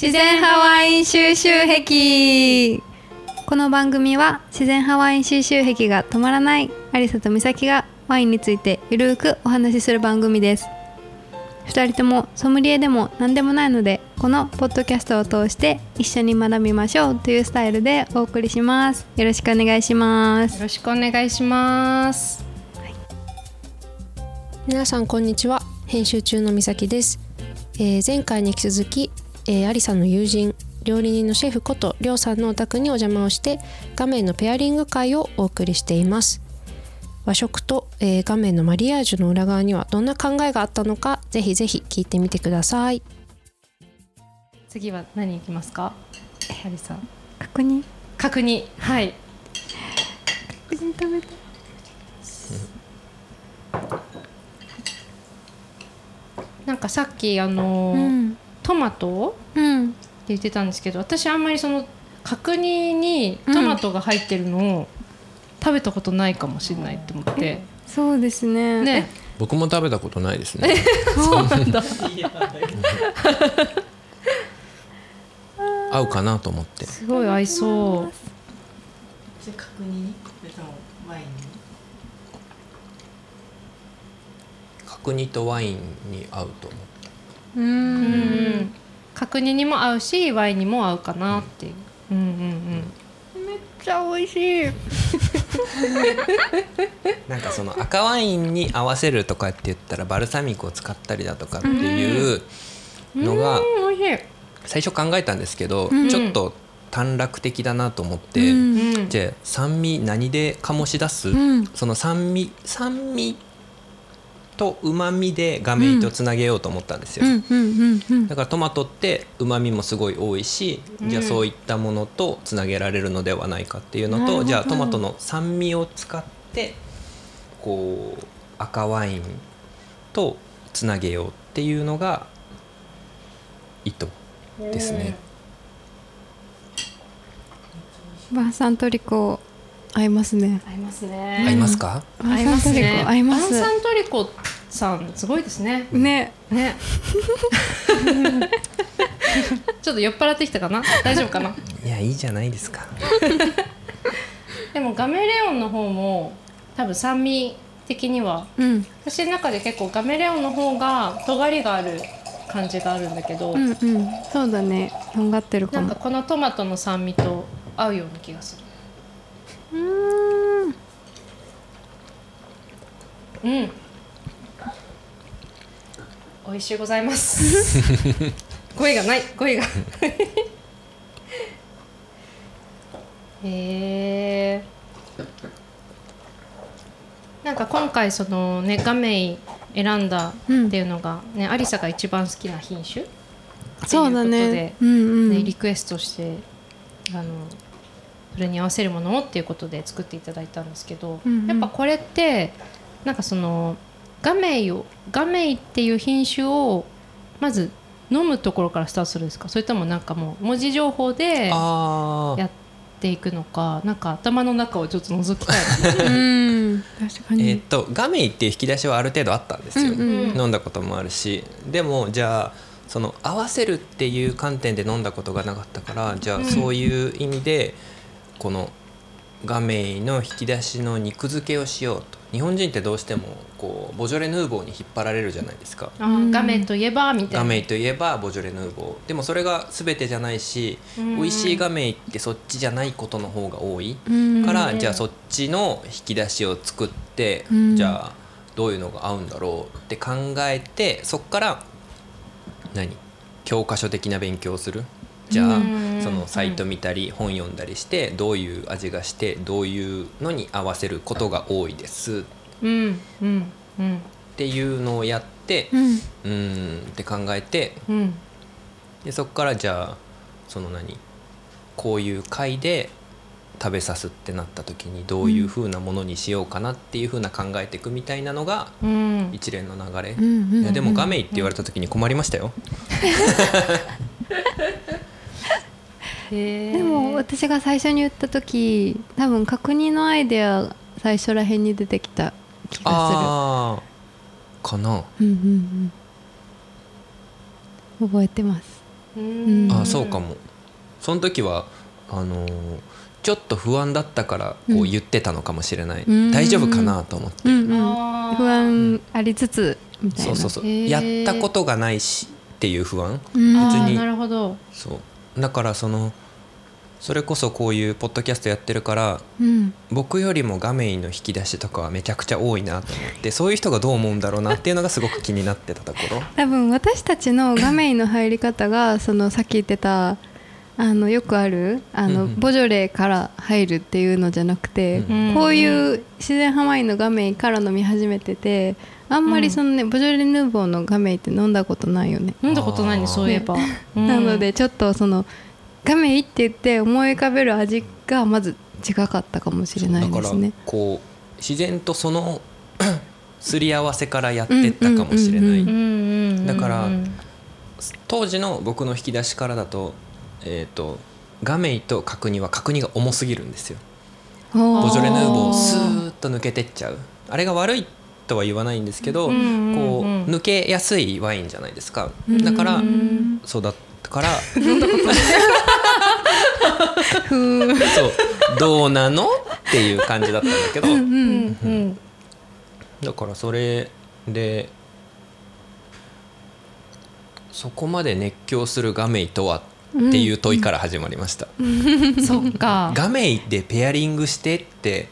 自然派ワイン収集癖。この番組は自然派ワイン収集癖が止まらないありさとみさきがワインについてゆるくお話しする番組です。2人ともソムリエでも何でもないので、このポッドキャストを通して一緒に学びましょうというスタイルでお送りします。よろしくお願いします。 よろしくお願いします、皆さんこんにちは。編集中のみさきです。前回に引き続き、ありさんの友人料理人のシェフことりょうさんのお宅にお邪魔をして画面のペアリング会をお送りしています。和食と、画面のマリアージュの裏側にはどんな考えがあったのか、ぜひぜひ聞いてみてください。次は何いきますか？ありさん。 確認はい。 確認食べた。 なんかさっきトマトって言ってたんですけど、私あんまりその角煮にトマトが入ってるのを食べたことないかもしれないと思って、 そうですね。 僕も食べたことないですね。 そうなんだ。 合うかなと思って。 すごい合いそう。 角煮にワインに角煮とワインに合うと思って。 角煮にも合うしワインにも合うかなっていう。 めっちゃ美味しい。 なんかその赤ワインに合わせるとかって言ったらバルサミコを使ったりだとかっていうのが最初考えたんですけど、ちょっと短絡的だなと思って、じゃあ酸味何で醸し出す、その酸味と旨味でガメイとつなげようと思ったんですよ。だからトマトって旨味もすごい多いし、じゃあそういったものとつなげられるのではないかっていうのと、じゃあトマトの酸味を使ってこう赤ワインとつなげようっていうのが意図ですね。 バーサントリコ合いますね。 合いますね。 合いますか？ 合いますね。 合います。 バーサントリコさんすごいですね。 ね。 ちょっと酔っ払ってきたかな？大丈夫かな？ いや、いいじゃないですか。 でもガメレオンの方も多分酸味的には、私の中で結構ガメレオンの方が尖りがある感じがあるんだけど、 そうだね。とんがってるかも。 なんかこのトマトの酸味と合うような気がする。美味しゅうございます。声がなんか今回そのねガメイ選んだっていうのがね、アリサが一番好きな品種そうだね。 リクエストしてそれに合わせるものをっていうことで作っていただいたんですけど、やっぱこれってなんかそのガメイっていう品種をまず飲むところからスタートするんですか？それともなんかもう文字情報でやっていくのか、なんか頭の中をちょっと覗きたい確かに。 ガメイっていう引き出しはある程度あったんですよ。飲んだこともあるし、でもじゃあその合わせるっていう観点で飲んだことがなかったから、じゃあそういう意味でこのガメイの引き出しの肉付けをしようと。日本人ってどうしてもこうボジョレ・ヌーボーに引っ張られるじゃないですか。 ガメイといえばみたいな。 ガメイといえばボジョレ・ヌーボーでもそれが全てじゃないし、美味しいガメイってそっちじゃないことの方が多いから、じゃあそっちの引き出しを作って、じゃあどういうのが合うんだろうって考えて、そっから教科書的な勉強をする。じゃあそのサイト見たり本読んだりして、どういう味がしてどういうのに合わせることが多いですっていうのをやって、って考えて、でそこからじゃあそのこういう回で食べさすってなった時にどういう風なものにしようかなっていう風な考えていくみたいなのが一連の流れ。いやでもガメイって言われた時に困りましたよ。 でも私が最初に言った時、多分角煮のアイデア最初らへんに出てきた気がするかな。 覚えてます。 あ、そうかも。その時はちょっと不安だったからこう言ってたのかもしれない、大丈夫かなと思って、 不安ありつつみたいな。 そうやったことがないしっていう不安、別になるほど。 そうだからそれこそこういうポッドキャストやってるから、僕よりも画面の引き出しとかはめちゃくちゃ多いなと思って、そういう人がどう思うんだろうなっていうのがすごく気になってたところ。 多分私たちの画面の入り方がさっき言ってたよくあるボジョレーから入るっていうのじゃなくて、こういう自然ハワイの画面から飲み始めてて、あんまりボジョレ・ヌーボーの画面って飲んだことないよね。 飲んだことないね、そういえば。 なのでちょっと画面って言って思い浮かべる味がまず違かったかもしれないですね。 だからこう自然とすり合わせからやってったかもしれない。だから当時の僕の引き出しからだと、ガメイと角煮は角煮が重すぎるんですよ。ボジョレ・ヌーボーをスーッと抜けてっちゃう。あれが悪いとは言わないんですけど、こう抜けやすいワインじゃないですか。だからそうだったからそうどうなのっていう感じだったんだけど、だからそれでそこまで熱狂するガメイとはっていう問いから始まりました。 そっか。 ガメイでペアリングしてって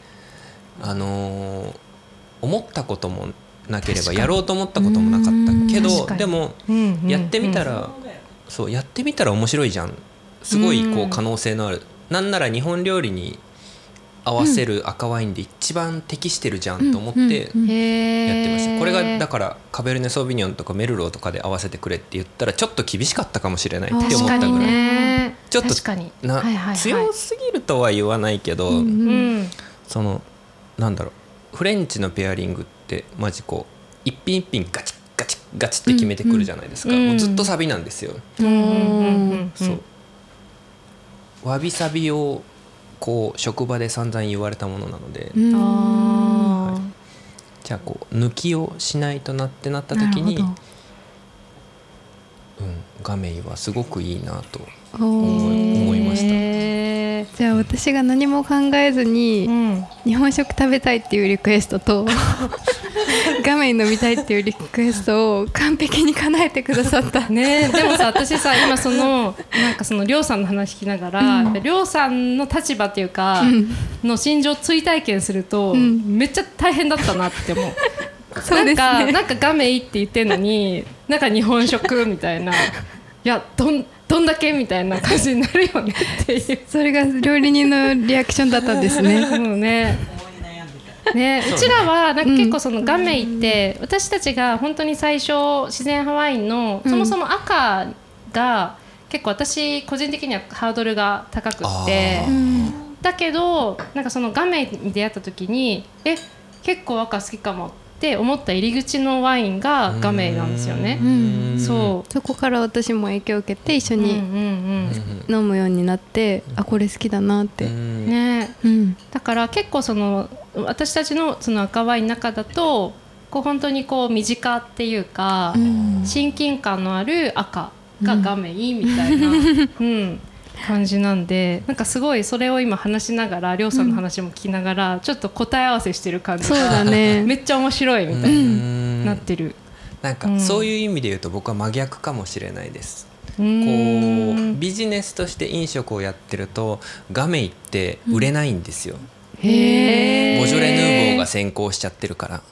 思ったこともなければやろうと思ったこともなかったけど、でもやってみたらやってみたら面白いじゃん。すごいこう可能性のある、なんなら日本料理に合わせる赤ワインで一番適してるじゃんと思ってやってました。これがだからカベルネ・ソービニョンとかメルローとかで合わせてくれって言ったらちょっと厳しかったかもしれないって思ったぐらい、ちょっと強すぎるとは言わないけど、なんだろう、フレンチのペアリングってマジこう一品一品ガチッガチッガチッって決めてくるじゃないですか。もうずっとサビなんですよ。そうわびさびをこう職場で散々言われたものなので、じゃあこう抜きをしないとなった時に、ガメイはすごくいいなと思いました。 じゃあ私が何も考えずに、日本食食べたいっていうリクエストと画面飲みたいっていうリクエストを完璧に叶えてくださったね。でもさ、私さ今なんかりょうさんの話聞きながら、りょうさんの立場っていうか、の心情追体験すると、めっちゃ大変だったなって思う。 そうですね、 なんかガメイって言ってんのになんか日本食みたいな、いやどんだけみたいな感じになるよねっていう。 それが料理人のリアクションだったんですね。 ね、うちらはなんか結構ガメイって私たちが本当に最初自然ハワインのそもそも赤が結構私個人的にはハードルが高くって、だけどなんかガメイに出会った時に結構赤好きかもって思った入り口のワインがガメイなんですよね。そこから私も影響を受けて一緒に飲むようになって、これ好きだなって、だから結構私たちの赤ワインの中だとこう本当にこう身近っていうか、親近感のある赤がガメイみたいな、感じなんで、なんかすごいそれを今話しながらりょうさんの話も聞きながら、ちょっと答え合わせしてる感じが、めっちゃ面白いみたいになってる。 なんかそういう意味で言うと僕は真逆かもしれないです。こうビジネスとして飲食をやってるとガメイって売れないんですよ。ボジョレ・ヌーボーが先行しちゃってるから。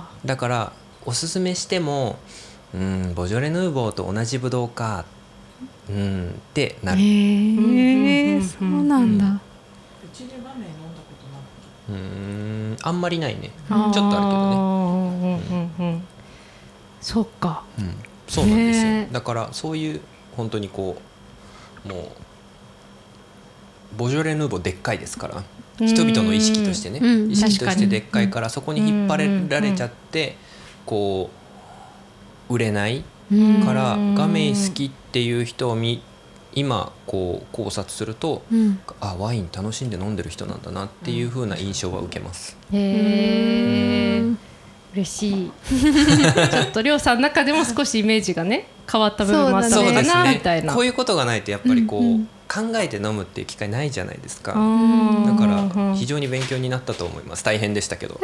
だからおすすめしてもボジョレ・ヌーボーと同じブドウかってなる。 そうなんだ。 うちでガメイ飲んだことなあんまりないね。ちょっとあるけどね。 そっか。 そうなんですよ。だからそういう本当にこうもうボジョレ・ヌーボーでっかいですから、人々の意識としてね、意識としてでっかいから、そこに引っ張られちゃってこう売れないから、ガメイ好きっていう人を今こう考察すると、ワイン楽しんで飲んでる人なんだなっていう風な印象は受けます。 嬉嬉しいちょっとりょうさんの中でも少しイメージがね変わった部分もあったのかなみたいな。 こういうことがないとやっぱりこう、考えて飲むっていう機会ないじゃないですか。だから非常に勉強になったと思います。大変でしたけど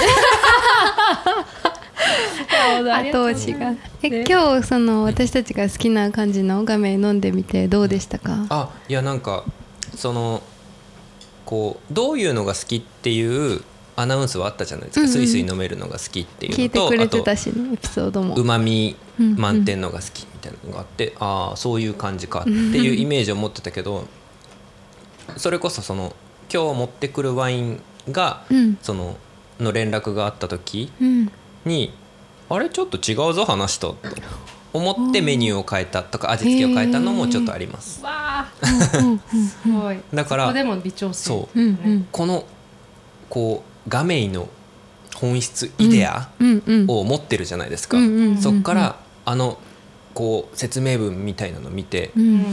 後押しが今日その私たちが好きな感じの画面飲んでみてどうでしたか？ いやなんかそのこうどういうのが好きっていうアナウンスはあったじゃないですか、スイスイ飲めるのが好きっていうのと、 聞いてくれてたしね、エピソードもうまみ満点のが好きみたいなのがあって、そういう感じかっていうイメージを持ってたけど、それこそその今日持ってくるワインが、その連絡があった時に、あれちょっと違うぞ話と思ってメニューを変えたとか味付けを変えたのもちょっとあります。 わーすごい。 だからそこでも微調整。 そう、このこうガメイの本質イデアを持ってるじゃないですか。そこからこう説明文みたいなのを見て、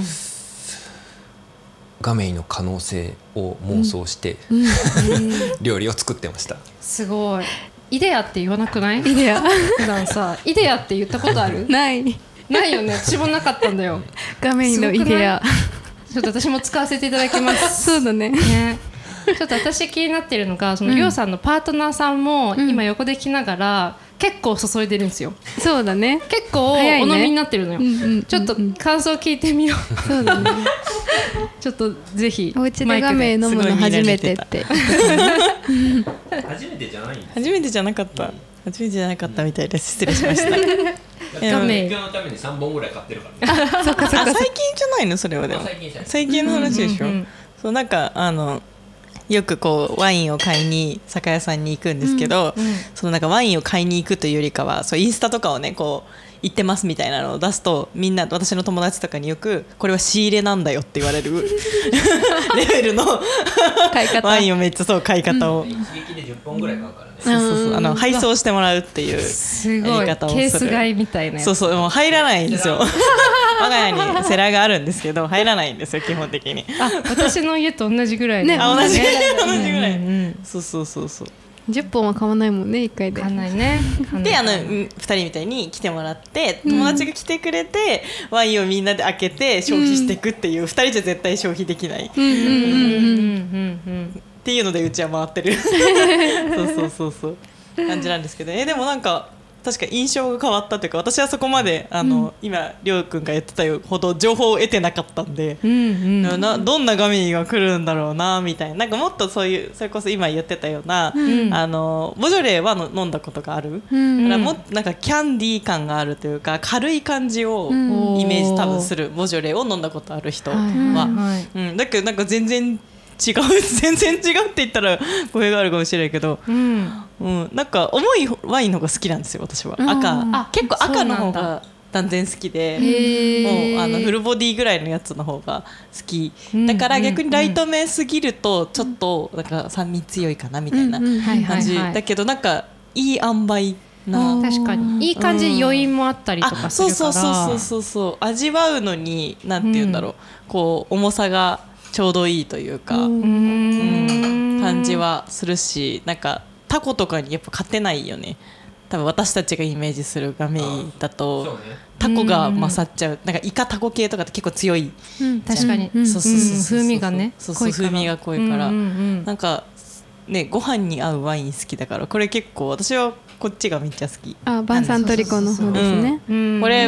ガメイの可能性を妄想して、料理を作ってました。 すごい。イデアって言わなくない？ イデア普段さイデアって言ったことある？ ないよね。私もなかったんだよ。 画面のイデアちょっと私も使わせていただきますそうだね。 ちょっと私気になってるのがそのりょうさんのパートナーさんも今横で聞きながら結構注いでるんですよ。 そうだね。 結構お飲みになってるのよ。ちょっと感想聞いてみよう。 そうだね。 ちょっとぜひお家でガメ飲むの初めてって初めてじゃないんです。 初めてじゃなかった、初めてじゃなかったみたいです。失礼しましたガメ勉強のために3本ぐらい買ってるからね。 そっかそっか。 最近じゃないのそれは。でも最近の話でしょ。そうなんかよくこうワインを買いに酒屋さんに行くんですけど、そのなんかワインを買いに行くというよりかはそうインスタとかをねこう行ってますみたいなのを出すと、みんな私の友達とかによくこれは仕入れなんだよって言われるレベルの買い方ワインをめっちゃそう買い方を、 一撃で10本ぐらい買うからね。 そう配送してもらうっていうすごいやり方をする。 ケース買いみたいなやつ。 そうもう入らないんですよ我が家にセラがあるんですけど入らないんですよ基本的に。 私の家と同じぐらいね同じぐらい、そう 10本は買わないもんね1回で。 買わないね。 で2人みたいに来てもらって友達が来てくれて、ワインをみんなで開けて消費していくっていう、2人じゃ絶対消費できないっていうのでうちは回ってるそう感じなんですけど、でもなんか確か印象が変わったというか、私はそこまで今りょうくんが言ってたほど情報を得てなかったんで、どんなガミが来るんだろうなみたいな、なんかもっとそういうそれこそ今言ってたような、ボジョレーは飲んだことがある、だからもっとなんかキャンディー感があるというか軽い感じをイメージ多分するボジョレーを飲んだことある人は、だけどなんか全然違うって言ったら語弊があるかもしれないけど、なんか重いワインの方が好きなんですよ私は。結構赤の方が断然好きで、もうフルボディぐらいのやつの方が好きだから、逆にライトめすぎるとちょっとなんか酸味強いかなみたいな感じだけど、なんかいい塩梅な、 確かにいい感じに余韻もあったりとかするから、 そう味わうのになんて言うんだろう、こう重さがちょうどいいというか、感じはするし、なんかタコとかにやっぱ勝てないよね多分私たちがイメージするガメイだと、タコが勝っちゃう。なんかイカタコ系とかって結構強い、 確かに風味がね風味が濃いから、なんかねご飯に合うワイン好きだから、これ結構私はこっちがめっちゃ好き。 バンサントリコの方ですね。 これ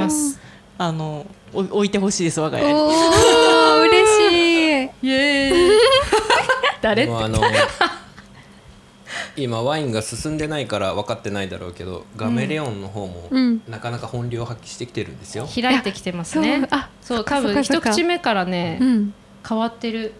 置いてほしいです我が家に。 嬉しい。 イエーイ誰って今ワインが進んでないから分かってないだろうけど、ガメレオンの方もなかなか本領発揮してきてるんですよ。 開いてきてますね。そう多分一口目からね変わってる。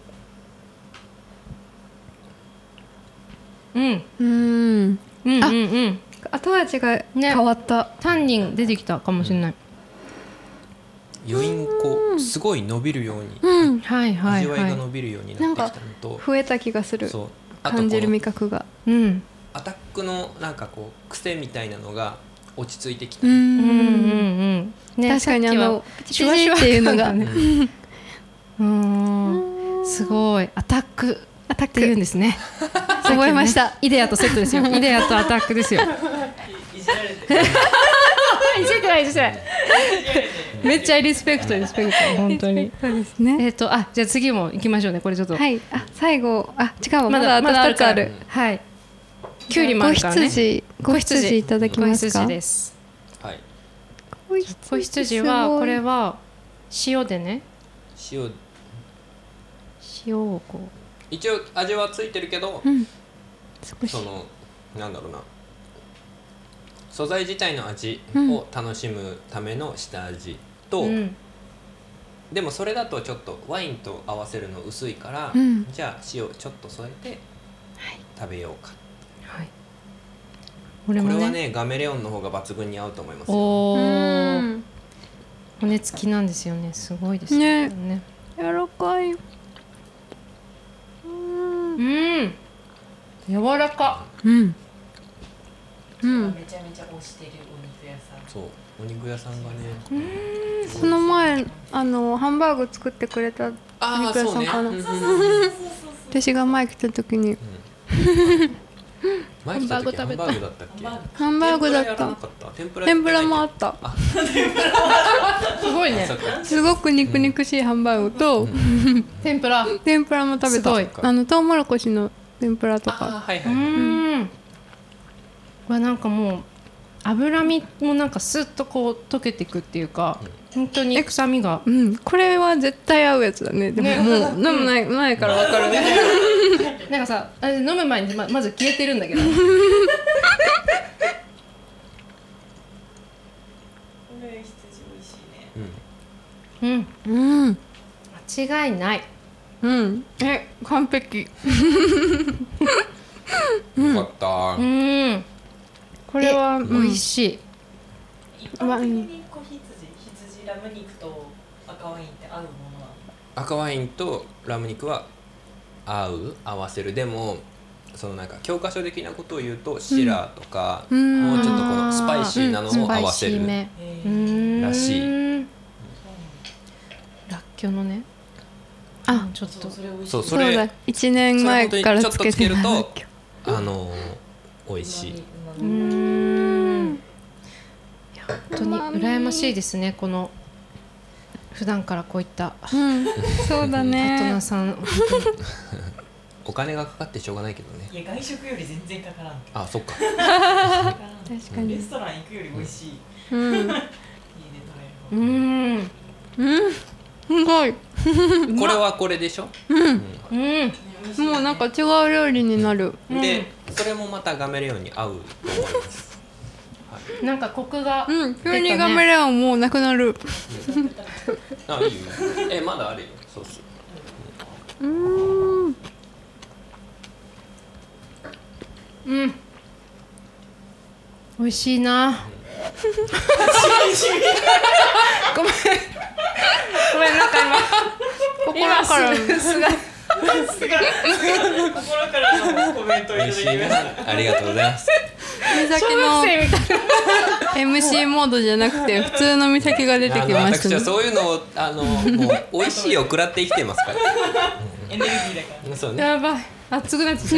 後味が変わった。 タンニン出てきたかもしれない。 余韻こうすごい伸びるように、味わいが伸びるようになってきたのと、 増えた気がする。感じる味覚が。 アタックのなんかこう癖みたいなのが落ち着いてきた。 確かにシュワシュワっていうのがすごいアタックって言うんですね。 覚えました。 イデアとセットですよ。イデアとアタックですよ。 いじられてるいじってないいじってない。めっちゃリスペクト本当に。 そうですね。 じゃあ次も行きましょうね。これちょっと。 はい。最後違うわ、まだあと2つある。 はい。きゅうりもあるからね。 子羊いただきますか。 子羊です。 はい。 子羊はこれは塩でね。塩をこう。 一応味はついてるけど、 少しそのなんだろうな、素材自体の味を楽しむための下味と、でもそれだとちょっとワインと合わせるの薄いから、じゃあ塩ちょっと添えて食べようか。 はい。 これはねガメレオンの方が抜群に合うと思いますよ。 骨付きなんですよね。すごいですね。 柔らかい。 柔らか。 めちゃめちゃ推してるお肉屋さん。 そう、お肉屋さんがね。 この前ハンバーグ作ってくれたお肉屋さんかな。私が前来た時に。 前来た時ハンバーグだったっけ？ ハンバーグだった。天ぷらもあった。 すごいね。 すごく肉々しいハンバーグと天ぷらも食べた。トウモロコシの天ぷらとか。 これなんかもう脂身もなんかスッとこう溶けていくっていうか、本当に臭みが。 これは絶対合うやつだね。でももう飲む前から分かるね。 なんかさ、飲む前にまず消えてるんだけど。 これ羊美味しいね。 間違いない。 完璧。 よかった。 これは美味しい。 一般的に羊ラム肉と赤ワインって合うものなの？ 赤ワインとラム肉は合わせる。でもそのなんか教科書的なことを言うとシラーとか、もうちょっとこのスパイシーなのを合わせるらしい。 らっきょうのね。ちょっとそうそれ 1年前からつけてると美味しい。 本当に羨ましいですね。この普段からこういったそうだね。 パートナーさんお金がかかってしょうがないけどね。 いや外食より全然かからん。 あ、そっか。 確かに。 レストラン行くより美味しい。 家で食べる方。 すごい。 これはこれでしょ。 もうなんか違う料理になる。 で、それもまたガメレオンに合うと思います。 なんかコクが急にガメレオンもうなくなる。 あ、いいよ。まだあるよ。そうそう。 美味しいな。ごめんなんか今心からのコメントをいただきました。 ありがとうございます。 美咲の MC モードじゃなくて普通の美咲が出てきましたね。 私はそういうのをもう美味しいを食らって生きてますから。 エネルギーだから。 そうね。 やばい、熱くなってきた。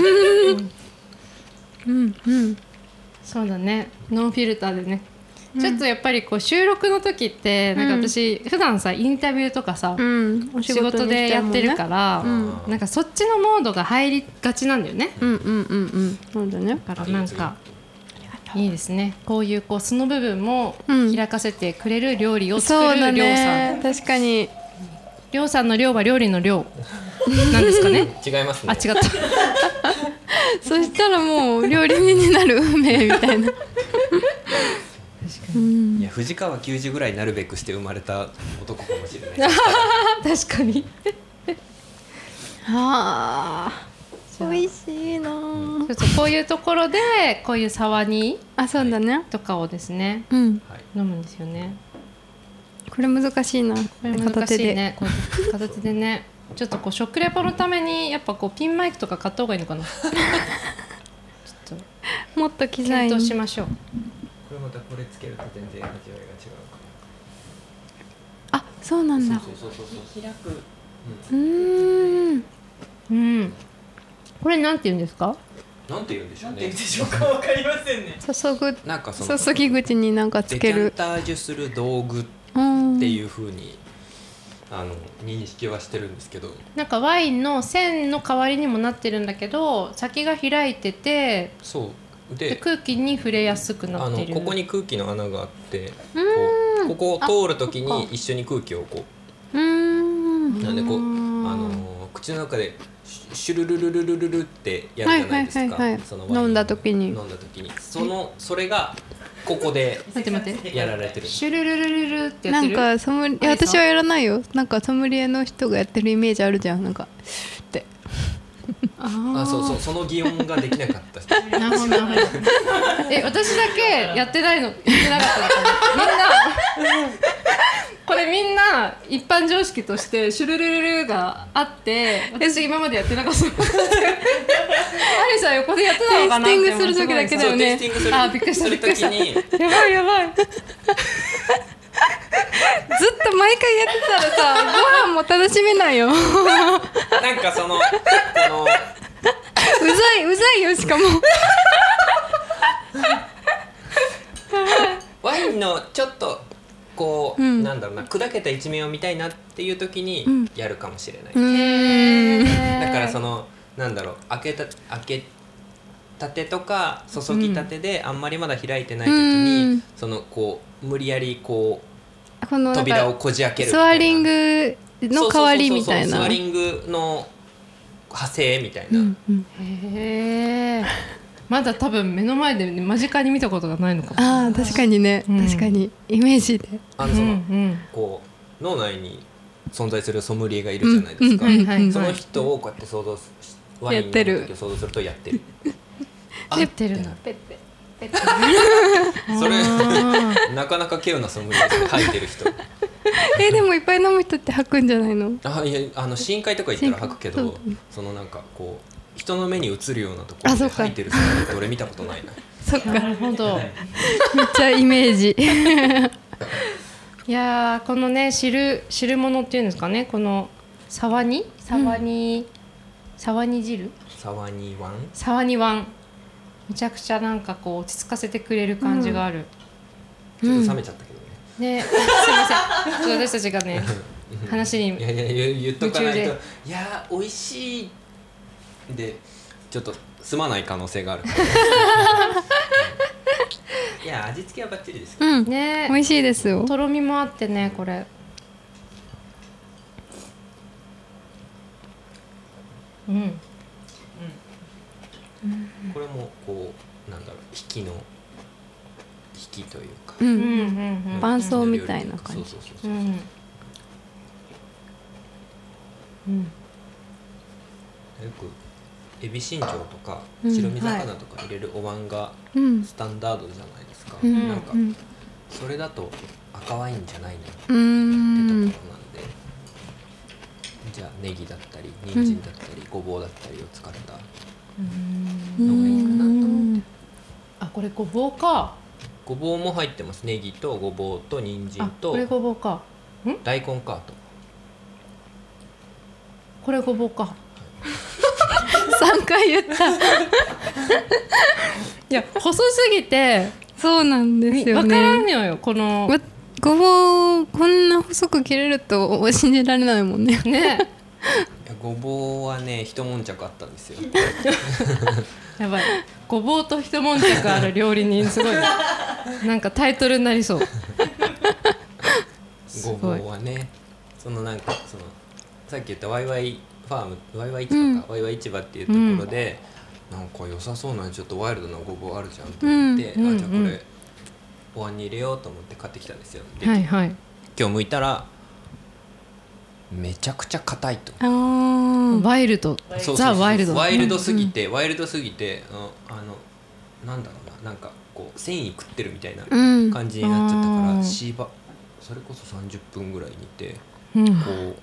そうだね、ノンフィルターでね。ちょっとやっぱりこう収録の時ってなんか私普段さインタビューとかさ、仕事でやってるから、なんかそっちのモードが入りがちなんだよね。 そうだね。 だからなんかいいですね。こういう素の部分も開かせてくれる料理を作るりょうさん。 確かに。 りょうさんの量は料理の量なんですかね。 違いますね。 あ、違った。 そしたらもう料理人になる運命みたいな。 いや藤川球児ぐらいなるべくして生まれた男かもしれない。 確かに。 美味しいな。 こういうところでこういうサワニそうだねとかをですね、飲むんですよね。 これ難しいな。 難しいね。片手でね。ちょっと食レポのためにやっぱピンマイクとか買った方がいいのかな。ちょっともっと機材検討しましょう。 これまたこれつけると全然味わいが違うから。そうなんだ。 そう開く。 これなんて言うんですか？ なんて言うんでしょうなんて言ね。 うんでしょうか、わかりませんね。 注ぐなんかその注ぎ口になんかつデキャンける。 タージュする道具っうんていう風に認識はしてるんですけど、 なんかワインの線の代わりにもなってるんだけど、先が開いててそうでで空気に触れやすくなってる。 ここに空気の穴があってここを通るときに一緒に空気をこうなんでこう口の中でシュルルルルルルルってやるじゃないですか。そのワイン飲んだ時にそれがここで待ってやられてる。 シュルルルルルってやなんってる。 かいや私はやらないよ。なんかソムリエの人がやってるイメージあるじゃん。なんかってそうその擬音ができなかったしなるほどなるほど。私だけやってないの、やってなかったのかな。みんなこれみんな一般常識としてシュルルルルがあって、私今までやってなかった。アリさん横でやってたのかなって。 テイスティングする時だけだよね。 テイスティングするあ、びっくりしたびっくりした。 する時にやばいやばい。 ずっと毎回やってたらさ、ご飯も楽しめないよ。うなんかこのざいよ。しかもワインのちょっとこう、なんだろうな砕けた一面を見たいなっていう時にやるかもしれない、だからそのなんだろう開けたてとか注ぎたてであんまりまだ開いてない時に、そのこう無理やりこうこのなんか扉をこじ開けるみたいなスワリングの代わりみたいな。 スワリングの派生みたいな、 へー。まだ多分目の前で間近に見たことがないのかも。 あ確かにね、確かにイメージで。 こう脳内に存在するソムリエがいるじゃないですか、その人をこうやって想像ワインの時を想像するとやってるやってるな。 ペッペそれなかなか稀有なソムリエで吐いてる人でもいっぱい飲む人って吐くんじゃないの？ いや試飲会とか行ったら吐くけど、そのなんかこう人の目に映るようなところで吐いてる人って俺見たことないな。 そっか、 なるほど。 めっちゃイメージ。 いやー、このね汁物っていうんですかね、このサワニ汁、 サワニワンめちゃくちゃなんかこう落ち着かせてくれる感じがある。 ちょっと冷めちゃったけどね、 ね、すいません。ちょっと私たちがね話にいや言っとかないと夢中いや美味しいでちょっと済まない可能性があるいや味付けはバッチリですけど、 ね、 美味しいですよ。 とろみもあってね、これ。 これもこうなんだろう引きというか、 伴奏みたいな感じ。 そうよくエビ新庄とか白身魚とか入れるお椀がスタンダードじゃないですか、なんかそれだと赤ワインじゃないのよってところなんで、じゃあネギだったり人参だったりごぼうだったりを使ったのがいいかなと思って。 あ、これごぼうか。 ごぼうも入ってます。ネギとごぼうと人参とこれごぼうか。 大根かと。 これごぼうか。 3回言った。 いや、細すぎてそうなんですよわからんね。 よこのごぼうこんな細く切れると信じられないもんね。 ね。 いやごぼうはね一悶着あったんですよ。 やばい。ごぼうと一悶着ある料理人すごい。なんかタイトルになりそう。 ごぼうはね、そのなんかそのさっき言ったワイワイファーム、ワイワイ市場か、ワイワイ市場っていうところで、なんか良さそうなちょっとワイルドなごぼうあるじゃんと思って、あじゃあこれお椀に入れようと思って買ってきたんですよ。で、 はいはい。 今日剥いたらめちゃくちゃ硬いと。 ワイルド。ザ・ワイルド。 ワイルドすぎて、なんだろうな、なんかこう繊維食ってるみたいな感じになっちゃったから、それこそ30分ぐらい煮て、こう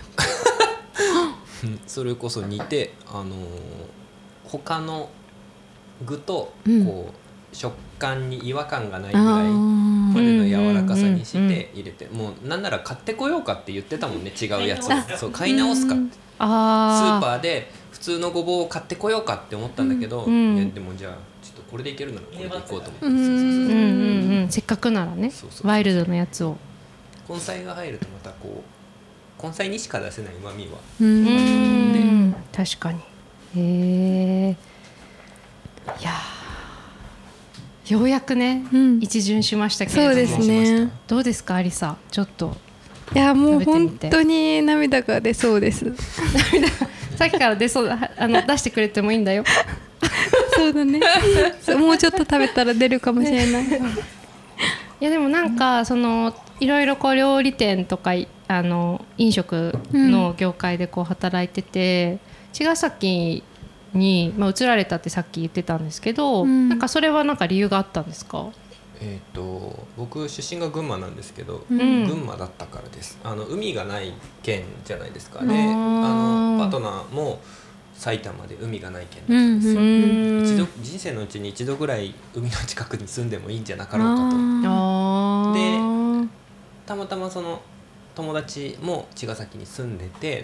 それこそ煮て、他の具とこう食感に違和感がないぐらいまでの柔らかさにして入れて、もうなんなら買ってこようかって言ってたもんね、違うやつを。そう買い直すかって。スーパーで普普通のごぼうを買ってこようかって思ったんだけど、 うんいやでもじゃあちょっとこれでいけるならこれでいこうと思って、 せっかくならね、 そうそうそうワイルドなやつを。 根菜が入るとまたこう根菜にしか出せない旨味は確かに。いやようやくね、一巡しましたけれども、 そうですね。 どうですかアリサ、ちょっと。 いやもう本当に涙が出そうです。 さっきから出そう出してくれてもいいんだよ。 そうだね。もうちょっと食べたら出るかもしれない。 いやでもなんかそのいろいろこう料理店とか飲食の業界でこう働いてて、茅ヶ崎に、移られたってさっき言ってたんですけど、なんかそれはなんか理由があったんですか？ 僕出身が群馬なんですけど、群馬だったからです。海がない県じゃないですか。でパートナーも埼玉で海がない県だったんですよ。一度人生のうちに一度ぐらい海の近くに住んでもいいんじゃなかろうかと。でたまたまその友達も茅ヶ崎に住んでて、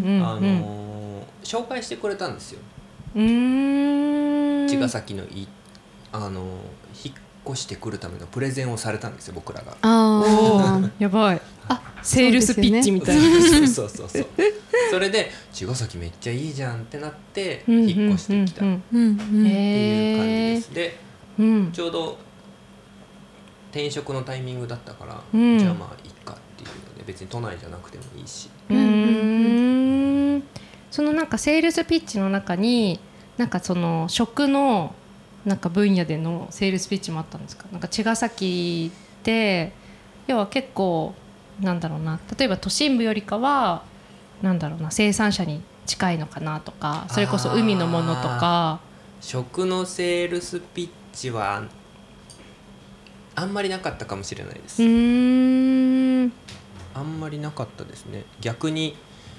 紹介してくれたんですよ。茅ヶ崎の引っ越してくるためのプレゼンをされたんですよ、僕らが。 やばい。セールスピッチみたいな。 そうそれで茅ヶ崎めっちゃいいじゃんってなって引っ越してきたっていう感じです。でちょうど転職のタイミングだったから、じゃあまあいいかっていうので、別に都内じゃなくてもいいし。 そのなんかセールスピッチの中になんかその食のなんか分野でのセールスピッチもあったんですか？なんか茅ヶ崎って要は結構なんだろうな、例えば都心部よりかはなんだろうな、生産者に近いのかなとか、それこそ海のものとか。 食のセールスピッチはあんまりなかったかもしれないです。あんまりなかったですね。逆に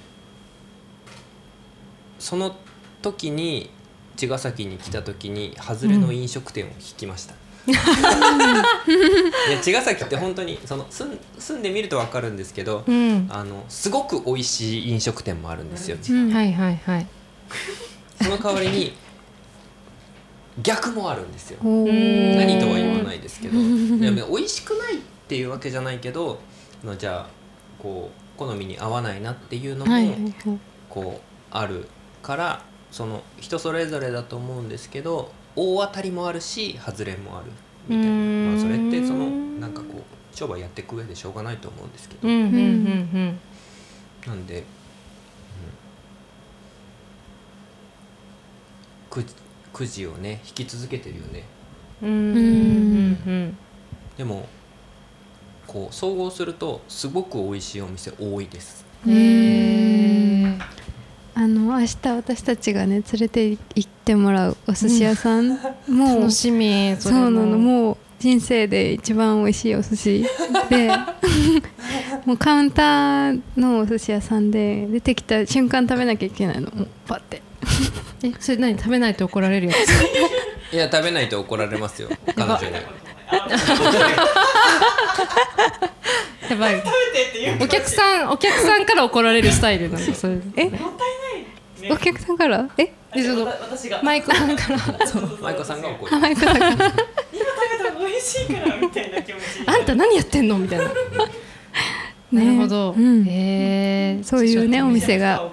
その時に茅ヶ崎に来た時に外れの飲食店を引きました。いや茅ヶ崎って本当にその住んでみると分かるんですけど、すごく美味しい飲食店もあるんですよ。その代わりに逆もあるんですよ。何とは言わないですけど、でも美味しくないっていうわけじゃないけど、じゃあこう好みに合わないなっていうのもこうあるから、その人それぞれだと思うんですけど、大当たりもあるし外れもあるみたいな、それってそのなんかこう商売やっていく上でしょうがないと思うんですけど、なんで、くじをね引き続けてるよね。でもこう総合するとすごく美味しいお店多いです。 明日私たちがね連れて行ってもらうお寿司屋さん、もう楽しみ。 そうなの、もう人生で一番美味しいお寿司でもうカウンターのお寿司屋さんで出てきた瞬間食べなきゃいけないの、もうパッてそれ何、食べないと怒られるやつ？ いや食べないと怒られますよ、彼女に。 やばい。お客さんから怒られるスタイルなんだそれ。 お客さんから私がマイコさんからマイコさんが怒る。 マイコさんから今食べたら美味しいからみたいな気持ち。 あんた何やってんのみたいな。なるほど。そういうねお店が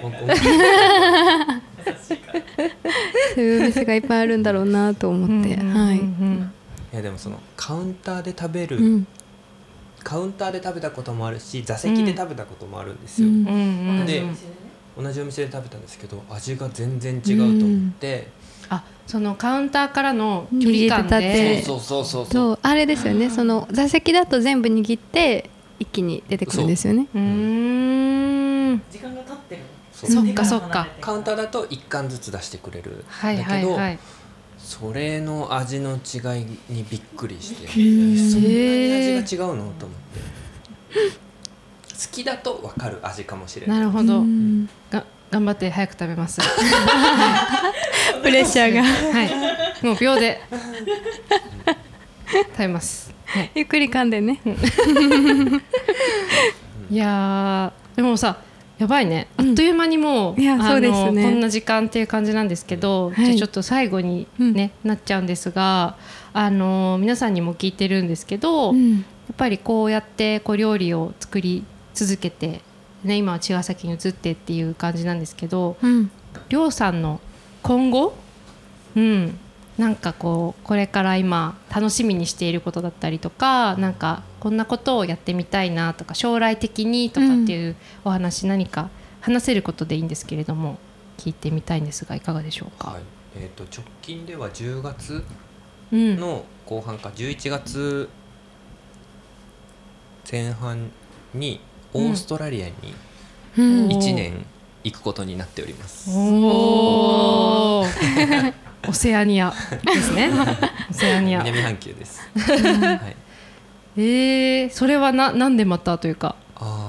そういうお店がいっぱいあるんだろうなと思って。いやでもそのカウンターで食べる、カウンターで食べたこともあるし、座席で食べたこともあるんですよ。で同じお店で食べたんですけど味が全然違うと思って、 そのカウンターからの距離感で、 そうあれですよね、その座席だと全部握って一気に出てくるんですよね。 時間が経ってる。 そっかそっか。 カウンターだと1貫ずつ出してくれるんだけど、それの味の違いにびっくりして、そんなに味が違うのと思って。好きだと分かる味かもしれない。 なるほど。頑張って早く食べます。 プレッシャーが。 もう秒で食べます。 ゆっくり噛んでね。 いやでもさ、 やばいね、あっという間にもう、 いやそうですねこんな時間っていう感じなんですけど、 はいじゃあちょっと最後に、ねなっちゃうんですが、皆さんにも聞いてるんですけど、やっぱりこうやってこう料理を作り続けて、ね、今は茅ヶ崎に移ってっていう感じなんですけど、りょうさんの今後、なんかこれから今楽しみにしていることだったりとか、なんかこんなことをやってみたいなとか、将来的にとかっていうお話、何か話せることでいいんですけれども聞いてみたいんですが、いかがでしょうか。 はい、直近では10月の後半か11月前半にオーストラリアに1年行くことになっております。 おーオセアニアですねオセアニア、 南半球です、はい、 それはなんでまたというか、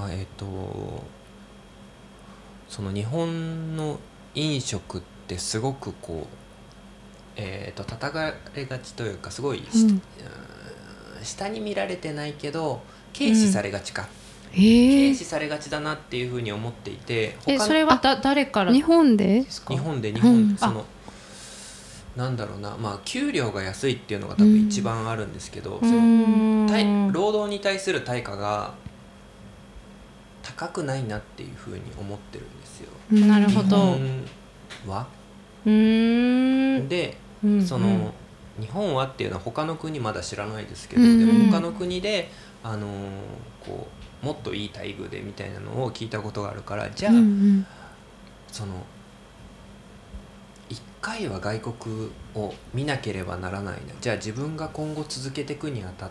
その日本の飲食ってすごくこう叩かれがちというか、すごい、下に見られてないけど軽視されがちか、軽視されがちだなっていうふうに思っていて、 それは誰から日本でですか。 日本そのなんだろうな、給料が安いっていうのが多分一番あるんですけど、その労働に対する対価が高くないなっていうふうに思ってるんですよ。 なるほど。 日本はで、その日本はっていうのは他の国まだ知らないですけど、でも他の国でこうもっといい待遇でみたいなのを聞いたことがあるから、じゃあ、その一回は外国を見なければならないな、じゃあ自分が今後続けていくにあたって、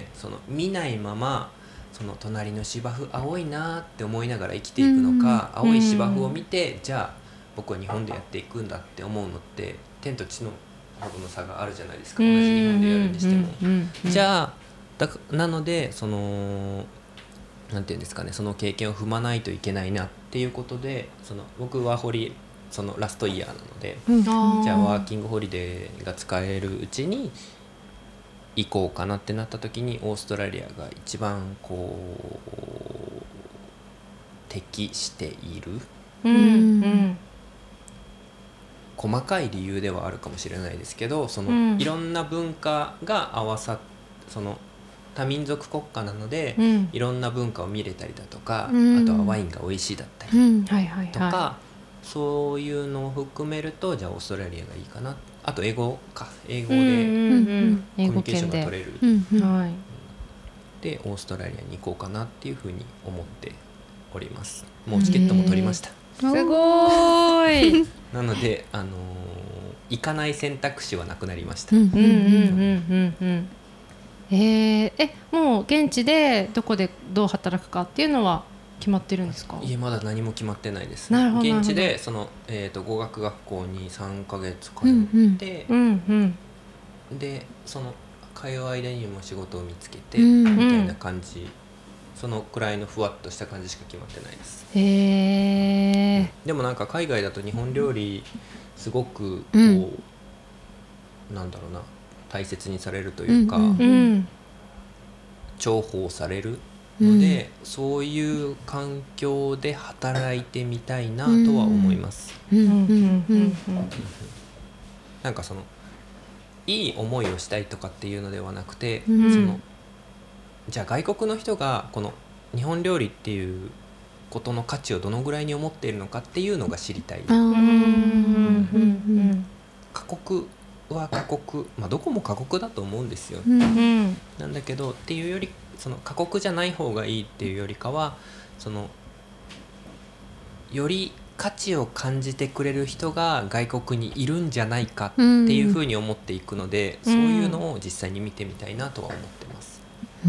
その見ないままその隣の芝生青いなって思いながら生きていくのか、青い芝生を見て、じゃあ僕は日本でやっていくんだって思うのって天と地のほどの差があるじゃないですか、同じ日本でやるにしても。じゃあなのでそのなんていうんですかね、その経験を踏まないといけないなっていうことで、その僕はそのラストイヤーなので、じゃあワーキングホリデーが使えるうちに行こうかなってなった時に、オーストラリアが一番こう適している、細かい理由ではあるかもしれないですけど、そのいろんな文化が合わさっ、その多民族国家なので、いろんな文化を見れたりだとか、あとはワインが美味しいだったりとか、そういうのを含めると、じゃあオーストラリアがいいかな。あと英語でコミュニケーションが取れる、でオーストラリアに行こうかなっていうふうに思っております。もうチケットも取りました。 すごいなので、行かない選択肢はなくなりました。 もう現地でどこでどう働くかっていうのは決まってるんですか。 いえ、まだ何も決まってないです。 なるほど。 現地でその、語学学校に3ヶ月通って、でその通う間にも仕事を見つけて、みたいな感じ、そのくらいのふわっとした感じしか決まってないです。でもなんか海外だと日本料理すごくこう、なんだろうな、大切にされるというか、重宝されるので、そういう環境で働いてみたいなとは思います。なんかそのいい思いをしたいとかっていうのではなくて、そのじゃあ外国の人がこの日本料理っていうことの価値をどのぐらいに思っているのかっていうのが知りたい。過酷は過酷、どこも過酷だと思うんですよ。なんだけどっていうより、その過酷じゃない方がいいっていうよりかは、そのより価値を感じてくれる人が外国にいるんじゃないかっていうふうに思っていくので、そういうのを実際に見てみたいなとは思ってます。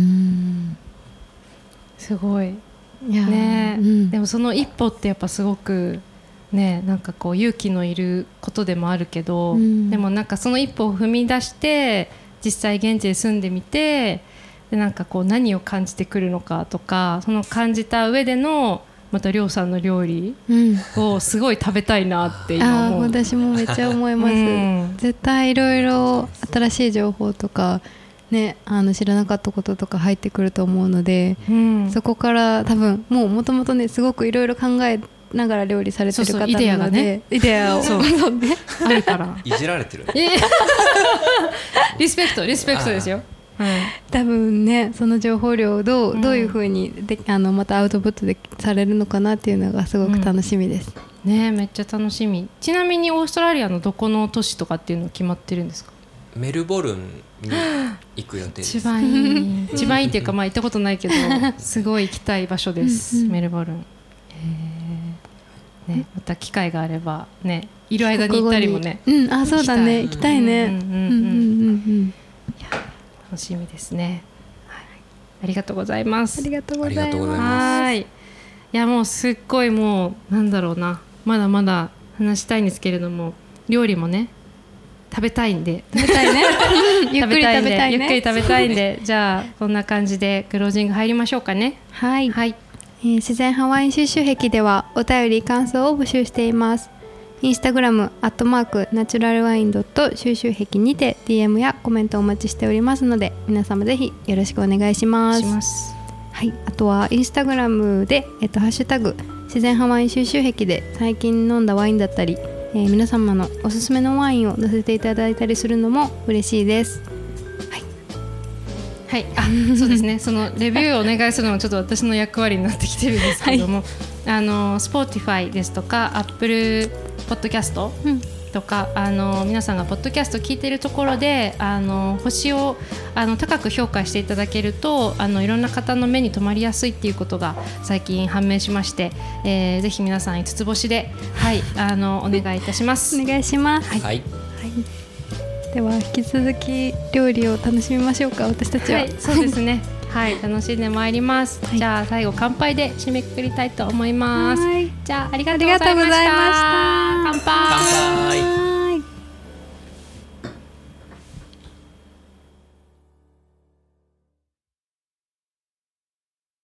すごいね、でもその一歩ってやっぱすごくね、なんかこう勇気のいることでもあるけど、でもなんかその一歩を踏み出して実際現地で住んでみて、でなんかこう何を感じてくるのかとか、その感じた上でのまたりょうさんの料理をすごい食べたいなって今思う。 私もめっちゃ思います。絶対いろいろ新しい情報とかね、知らなかったこととか入ってくると思うので、 うんそこから多分もともとねすごくいろいろ考えながら料理されてる方なので、 イデアがね、 イデアをそうねあるからいじられてるね。 リスペクトですよ。 多分ねその情報量をどういうふうにでまたアウトプットでされるのかなっていうのがすごく楽しみです、 ね、めっちゃ楽しみ。ちなみにオーストラリアのどこの都市とかっていうの決まってるんですか？ メルボルンに行く予定です一番いいっていうか、まあ行ったことないけどすごい行きたい場所です、メルボルン。ね、また機会があればね、いる間に行ったりもね、 あ、そうだね、行きたいね。 楽しみですね、はい、ありがとうございます。 ありがとうございありがとうございまます。 はい、いやもうすっごいもうなんだろうな、まだまだ話したいんですけれども、料理もね食べたいんで食べたいねゆっくり食べたいね、 ゆっくり食べたいんでじゃあこんな感じでクロージング入りましょうかね。 はい、 はい自然ハワイン収集癖ではお便り感想を募集しています。インスタグラムナチュラルワイン収集癖にて DM やコメントをお待ちしておりますので、皆様ぜひよろしくお願いします。はい、あとはインスタグラムで、ハッシュタグ自然ハワイン収集癖で最近飲んだワインだったり、皆様のおすすめのワインを載せていただいたりするのも嬉しいです。 はい、あ、そうですね。そのレビューをお願いするのもちょっと私の役割になってきてるんですけども、Spotify ですとか Apple Podcast とか、皆さんがポッドキャスト聞いているところで星を高く評価していただけるといろんな方の目に留まりやすいっていうことが最近判明しまして、ぜひ皆さん5つ星で、はい、お願いいたします。 お願いします。 はい、はい、 では引き続き料理を楽しみましょうか、私たちは。 はい、そうですねはい、楽しんでまいります、じゃあ最後乾杯で締めくくりたいと思います。じゃあありがとうございました。乾杯。 乾杯。